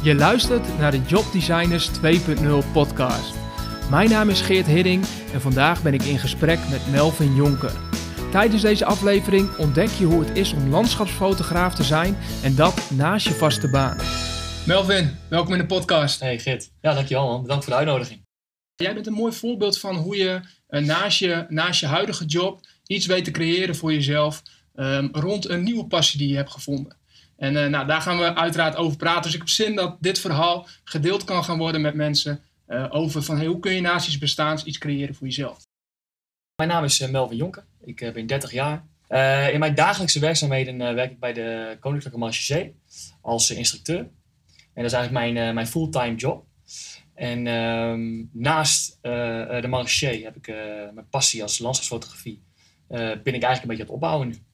Je luistert naar de Job Designers 2.0 podcast. Mijn naam is Geert Hidding en vandaag ben ik in gesprek met Melvin Jonker. Tijdens deze aflevering ontdek je hoe het is om landschapsfotograaf te zijn en dat naast je vaste baan. Melvin, welkom in de podcast. Hey Geert, ja dankjewel man, bedankt voor de uitnodiging. Jij bent een mooi voorbeeld van hoe je naast je huidige job iets weet te creëren voor jezelf rond een nieuwe passie die je hebt gevonden. En daar gaan we uiteraard over praten. Dus ik heb zin dat dit verhaal gedeeld kan gaan worden met mensen over van hoe kun je naast iets bestaans iets creëren voor jezelf. Mijn naam is Melvin Jonker, ik ben 30 jaar. In mijn dagelijkse werkzaamheden werk ik bij de Koninklijke Marechaussee als instructeur. En dat is eigenlijk mijn fulltime job. En naast de marechaussee heb ik mijn passie als landschapsfotografie. Ben ik eigenlijk een beetje aan het opbouwen nu.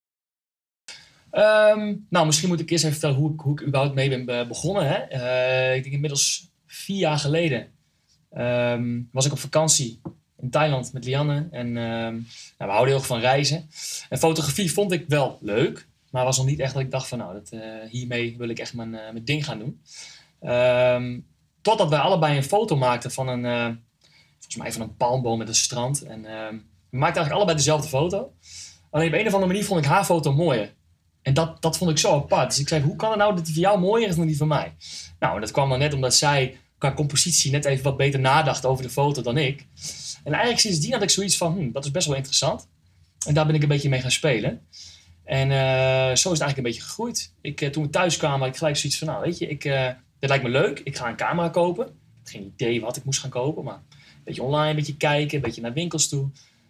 Misschien moet ik eerst even vertellen hoe ik überhaupt mee ben begonnen. Hè? Ik denk inmiddels 4 jaar geleden was ik op vakantie in Thailand met Lianne. En we houden heel erg van reizen. En fotografie vond ik wel leuk. Maar was nog niet echt dat ik dacht van hiermee wil ik echt mijn ding gaan doen. Totdat wij allebei een foto maakten van volgens mij van een palmboom met een strand. En we maakten eigenlijk allebei dezelfde foto. Alleen op een of andere manier vond ik haar foto mooier. En dat vond ik zo apart. Dus ik zei, hoe kan het nou dat die van jou mooier is dan die van mij? Nou, en dat kwam dan net omdat zij qua compositie net even wat beter nadacht over de foto dan ik. En eigenlijk sindsdien had ik zoiets van, dat is best wel interessant. En daar ben ik een beetje mee gaan spelen. En zo is het eigenlijk een beetje gegroeid. Toen we thuis kwamen had ik gelijk zoiets van, dit lijkt me leuk. Ik ga een camera kopen. Ik had geen idee wat ik moest gaan kopen. Maar een beetje online, een beetje kijken, een beetje naar winkels toe.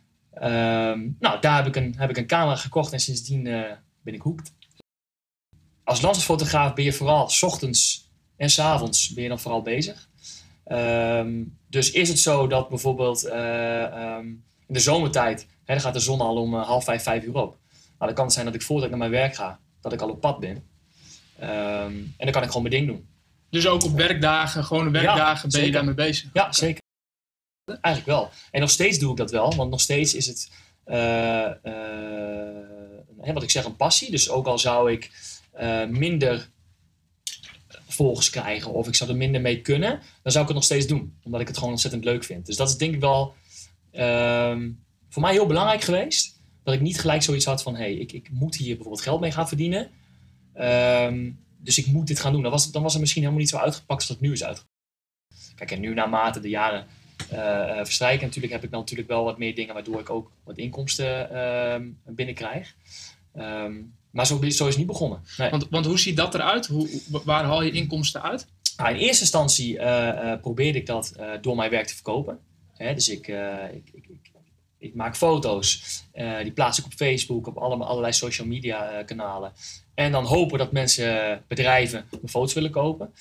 Daar heb ik een camera gekocht en sindsdien ben ik hooked. Als landschapsfotograaf ben je vooral 's ochtends en 's avonds ben je dan vooral bezig. Dus is het zo dat bijvoorbeeld in de zomertijd, dan gaat de zon al om 4:30, 5 uur op. Nou, dan kan het zijn dat ik voordat ik naar mijn werk ga, dat ik al op pad ben. En dan kan ik gewoon mijn ding doen. Dus ook op werkdagen, gewone werkdagen ben je daarmee bezig? Ja, okay. Zeker. Eigenlijk wel. En nog steeds doe ik dat wel, want nog steeds is het wat ik zeg een passie. Dus ook al zou ik minder volgers krijgen of ik zou er minder mee kunnen, dan zou ik het nog steeds doen. Omdat ik het gewoon ontzettend leuk vind. Dus dat is denk ik wel voor mij heel belangrijk geweest. Dat ik niet gelijk zoiets had van, ik moet hier bijvoorbeeld geld mee gaan verdienen. Dus ik moet dit gaan doen. Dan was het misschien helemaal niet zo uitgepakt als het nu is uitgepakt. Kijk, en nu naarmate de jaren verstrijken natuurlijk heb ik dan natuurlijk wel wat meer dingen waardoor ik ook wat inkomsten binnenkrijg. Maar zo is het niet begonnen. Nee. Want hoe ziet dat eruit? Waar haal je inkomsten uit? Nou, in eerste instantie probeerde ik dat door mijn werk te verkopen. Dus ik maak foto's. Die plaats ik op Facebook, op allerlei social media kanalen. En dan hopen dat bedrijven mijn foto's willen kopen.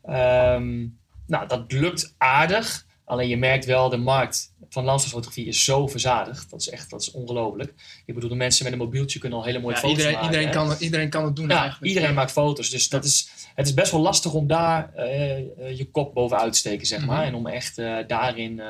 Dat lukt aardig. Alleen je merkt wel, de markt van landschapsfotografie is zo verzadigd. Dat is ongelooflijk. Ik bedoel, de mensen met een mobieltje kunnen al hele mooie foto's maken. Iedereen kan het doen eigenlijk. Iedereen maakt foto's. Dus het is best wel lastig om daar je kop bovenuit te steken, zeg maar. En om echt daarin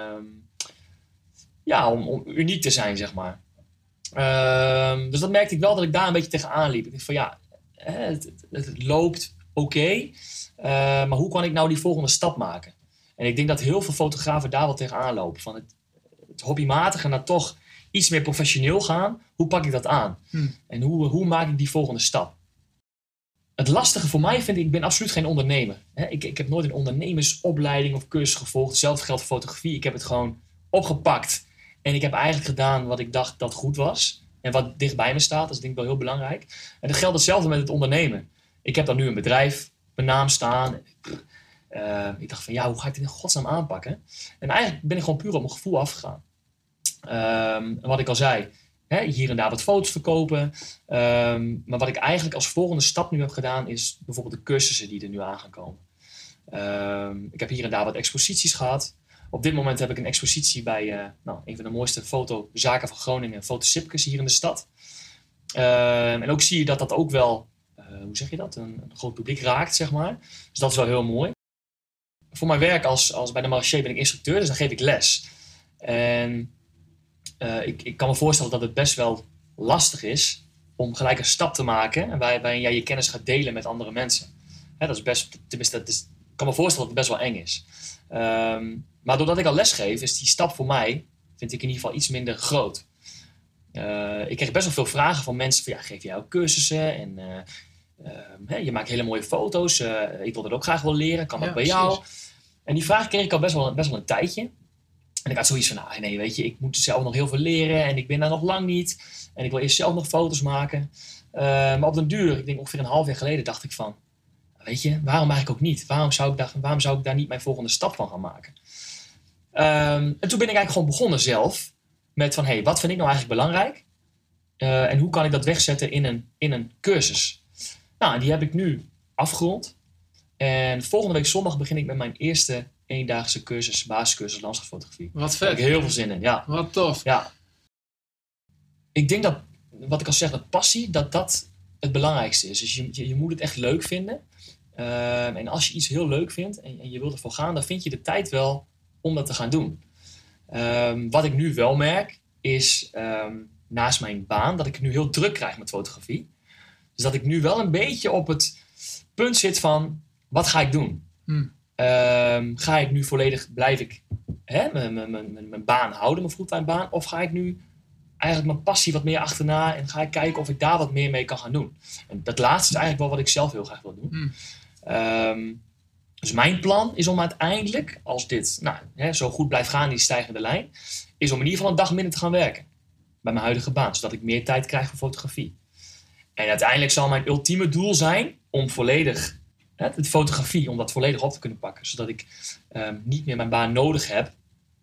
om uniek te zijn, zeg maar. Dus dat merkte ik wel dat ik daar een beetje tegenaan liep. Ik dacht van het loopt oké. Maar hoe kan ik nou die volgende stap maken? En ik denk dat heel veel fotografen daar wel tegenaan lopen. Van het hobbymatige naar toch iets meer professioneel gaan. Hoe pak ik dat aan? En hoe maak ik die volgende stap? Het lastige voor mij vind ik ben absoluut geen ondernemer. Ik heb nooit een ondernemersopleiding of cursus gevolgd. Hetzelfde geldt voor fotografie. Ik heb het gewoon opgepakt. En ik heb eigenlijk gedaan wat ik dacht dat goed was. En wat dicht bij me staat. Dat is denk ik wel heel belangrijk. En dat geldt hetzelfde met het ondernemen. Ik heb dan nu een bedrijf op mijn naam staan. Ik dacht van hoe ga ik dit in godsnaam aanpakken? En eigenlijk ben ik gewoon puur op mijn gevoel afgegaan. Wat ik al zei, hier en daar wat foto's verkopen. Maar wat ik eigenlijk als volgende stap nu heb gedaan is bijvoorbeeld de cursussen die er nu aan gaan komen. Ik heb hier en daar wat exposities gehad. Op dit moment heb ik een expositie bij een van de mooiste fotozaken van Groningen, Fotosipkes hier in de stad. En ook zie je dat ook wel, een groot publiek raakt, zeg maar. Dus dat is wel heel mooi. Voor mijn werk als bij de marechaussee ben ik instructeur, dus dan geef ik les. En ik kan me voorstellen dat het best wel lastig is om gelijk een stap te maken waarin jij je kennis gaat delen met andere mensen. Dat is best, tenminste, ik kan me voorstellen dat het best wel eng is. Maar doordat ik al les geef, is die stap voor mij, vind ik in ieder geval iets minder groot. Ik kreeg best wel veel vragen van mensen van, geef jij ook cursussen? En je maakt hele mooie foto's. Ik wil dat ook graag wel leren. Kan dat bij jou? En die vraag kreeg ik al best wel een tijdje. En ik had zoiets van, nee, weet je, ik moet zelf nog heel veel leren. En ik ben daar nog lang niet. En ik wil eerst zelf nog foto's maken. Maar op den duur, ik denk ongeveer een half jaar geleden, dacht ik van, weet je, waarom eigenlijk ook niet? Waarom zou ik daar niet mijn volgende stap van gaan maken? En toen ben ik eigenlijk gewoon begonnen zelf. Met van, wat vind ik nou eigenlijk belangrijk? En hoe kan ik dat wegzetten in een cursus? Nou, die heb ik nu afgerond. En volgende week zondag begin ik met mijn eerste eendaagse cursus, basiscursus landschapsfotografie. Wat vet. Daar heb ik heel veel zin in, ja. Wat tof. Ja. Ik denk dat, wat ik al zeg, dat passie, dat het belangrijkste is. Dus je moet het echt leuk vinden. En als je iets heel leuk vindt en je wilt ervoor gaan, dan vind je de tijd wel om dat te gaan doen. Wat ik nu wel merk, is naast mijn baan, dat ik het nu heel druk krijg met fotografie. Dus dat ik nu wel een beetje op het punt zit van, wat ga ik doen? Ga ik nu blijf ik mijn baan houden, mijn fulltime baan? Of ga ik nu eigenlijk mijn passie wat meer achterna en ga ik kijken of ik daar wat meer mee kan gaan doen? En dat laatste is eigenlijk wel wat ik zelf heel graag wil doen. Dus mijn plan is om uiteindelijk, als dit zo goed blijft gaan, die stijgende lijn, is om in ieder geval een dag minder te gaan werken. Bij mijn huidige baan, zodat ik meer tijd krijg voor fotografie. En uiteindelijk zal mijn ultieme doel zijn om volledig, de fotografie, om dat volledig op te kunnen pakken. Zodat ik niet meer mijn baan nodig heb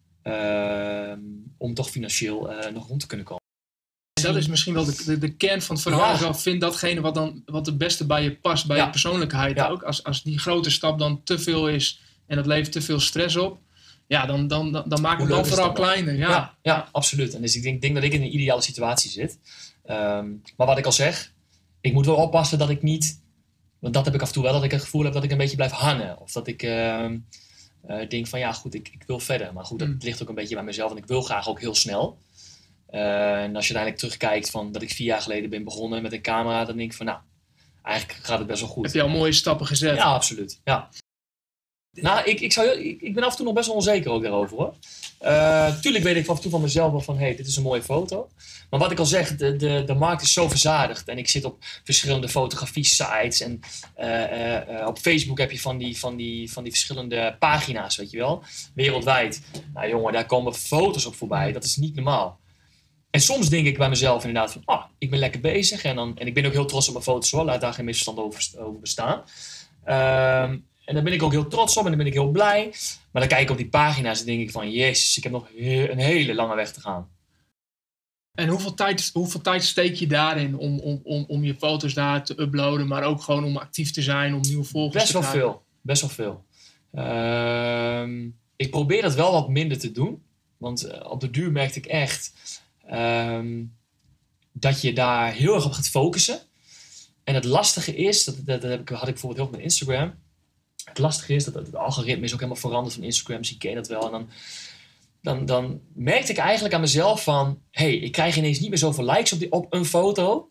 om toch financieel nog rond te kunnen komen. Dat is misschien wel de kern van het verhaal. Ja. Vind datgene wat het beste bij je past, bij je persoonlijkheid ook. Als die grote stap dan te veel is en dat levert te veel stress op, dan maak ik het dan vooral kleiner. Ja, absoluut. En dus ik denk dat ik in een ideale situatie zit. Maar wat ik al zeg, ik moet wel oppassen dat ik niet, want dat heb ik af en toe wel, dat ik het gevoel heb dat ik een beetje blijf hangen. Of dat ik denk van goed, ik wil verder. Maar goed, dat ligt ook een beetje bij mezelf en ik wil graag ook heel snel. En als je uiteindelijk terugkijkt van dat ik 4 jaar geleden ben begonnen met een camera, dan denk ik van eigenlijk gaat het best wel goed. Heb je al mooie stappen gezet? Ja, absoluut. Ja. Nou, ik ben af en toe nog best wel onzeker ook daarover hoor. Tuurlijk weet ik af en toe van mezelf wel van dit is een mooie foto. Maar wat ik al zeg, de markt is zo verzadigd. En ik zit op verschillende fotografie sites. En op Facebook heb je van die verschillende pagina's, weet je wel. Wereldwijd. Nou jongen, daar komen foto's op voorbij. Dat is niet normaal. En soms denk ik bij mezelf inderdaad van, ik ben lekker bezig. En ik ben ook heel trots op mijn foto's hoor. Laat daar geen misverstand over bestaan. En daar ben ik ook heel trots op en dan ben ik heel blij. Maar dan kijk ik op die pagina's en denk ik van, jezus, ik heb nog een hele lange weg te gaan. En hoeveel tijd steek je daarin om je foto's daar te uploaden, maar ook gewoon om actief te zijn, om nieuwe volgers te krijgen? Best wel veel. Ik probeer dat wel wat minder te doen. Want op de duur merkte ik echt dat je daar heel erg op gaat focussen. En het lastige is, had ik bijvoorbeeld heel veel met Instagram. Het lastige is dat het algoritme is ook helemaal veranderd van Instagram. Dus ik ken dat wel. En dan merkte ik eigenlijk aan mezelf van, ik krijg ineens niet meer zoveel likes op een foto.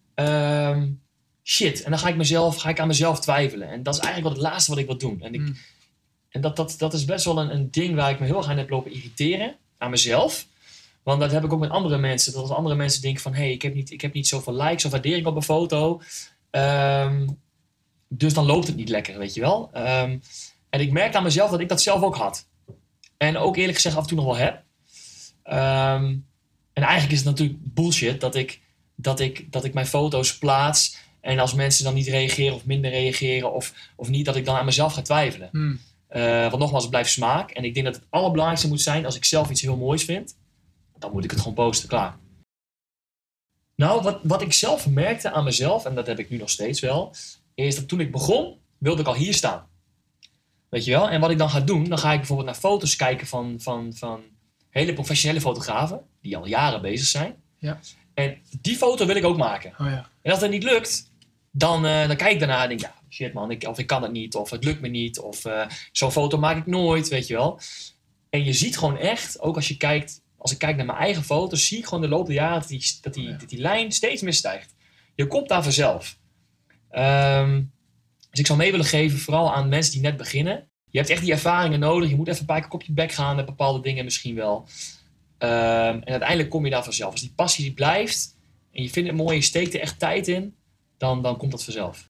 Shit. En dan ga ik aan mezelf twijfelen. En dat is eigenlijk wel het laatste wat ik wil doen. En dat is best wel een ding waar ik me heel erg aan heb lopen irriteren. Aan mezelf. Want dat heb ik ook met andere mensen. Dat als andere mensen denken van, ik heb niet zoveel likes of waardering op een foto. Dus dan loopt het niet lekker, weet je wel. En ik merkte aan mezelf dat ik dat zelf ook had. En ook eerlijk gezegd af en toe nog wel heb. En eigenlijk is het natuurlijk bullshit dat ik mijn foto's plaats. En als mensen dan niet reageren of minder reageren of niet, dat ik dan aan mezelf ga twijfelen. Want nogmaals, het blijft smaak. En ik denk dat het allerbelangrijkste moet zijn, als ik zelf iets heel moois vind, dan moet ik het gewoon posten, klaar. Nou, wat ik zelf merkte aan mezelf, en dat heb ik nu nog steeds wel, is dat toen ik begon, wilde ik al hier staan. Weet je wel? En wat ik dan ga doen, dan ga ik bijvoorbeeld naar foto's kijken van hele professionele fotografen, die al jaren bezig zijn. Ja. En die foto wil ik ook maken. Oh ja. En als dat niet lukt, dan kijk ik daarna en denk shit man, of ik kan het niet, of het lukt me niet, of zo'n foto maak ik nooit, weet je wel. En je ziet gewoon echt, ook als ik kijk naar mijn eigen foto's, zie ik gewoon de loop der jaren dat die lijn steeds meer stijgt. Je komt daar vanzelf. Dus ik zou mee willen geven, vooral aan mensen die net beginnen. Je hebt echt die ervaringen nodig. Je moet even een paar keer op je bek gaan met bepaalde dingen misschien wel. En uiteindelijk kom je daar vanzelf. Als die passie blijft en je vindt het mooi, je steekt er echt tijd in, dan komt dat vanzelf.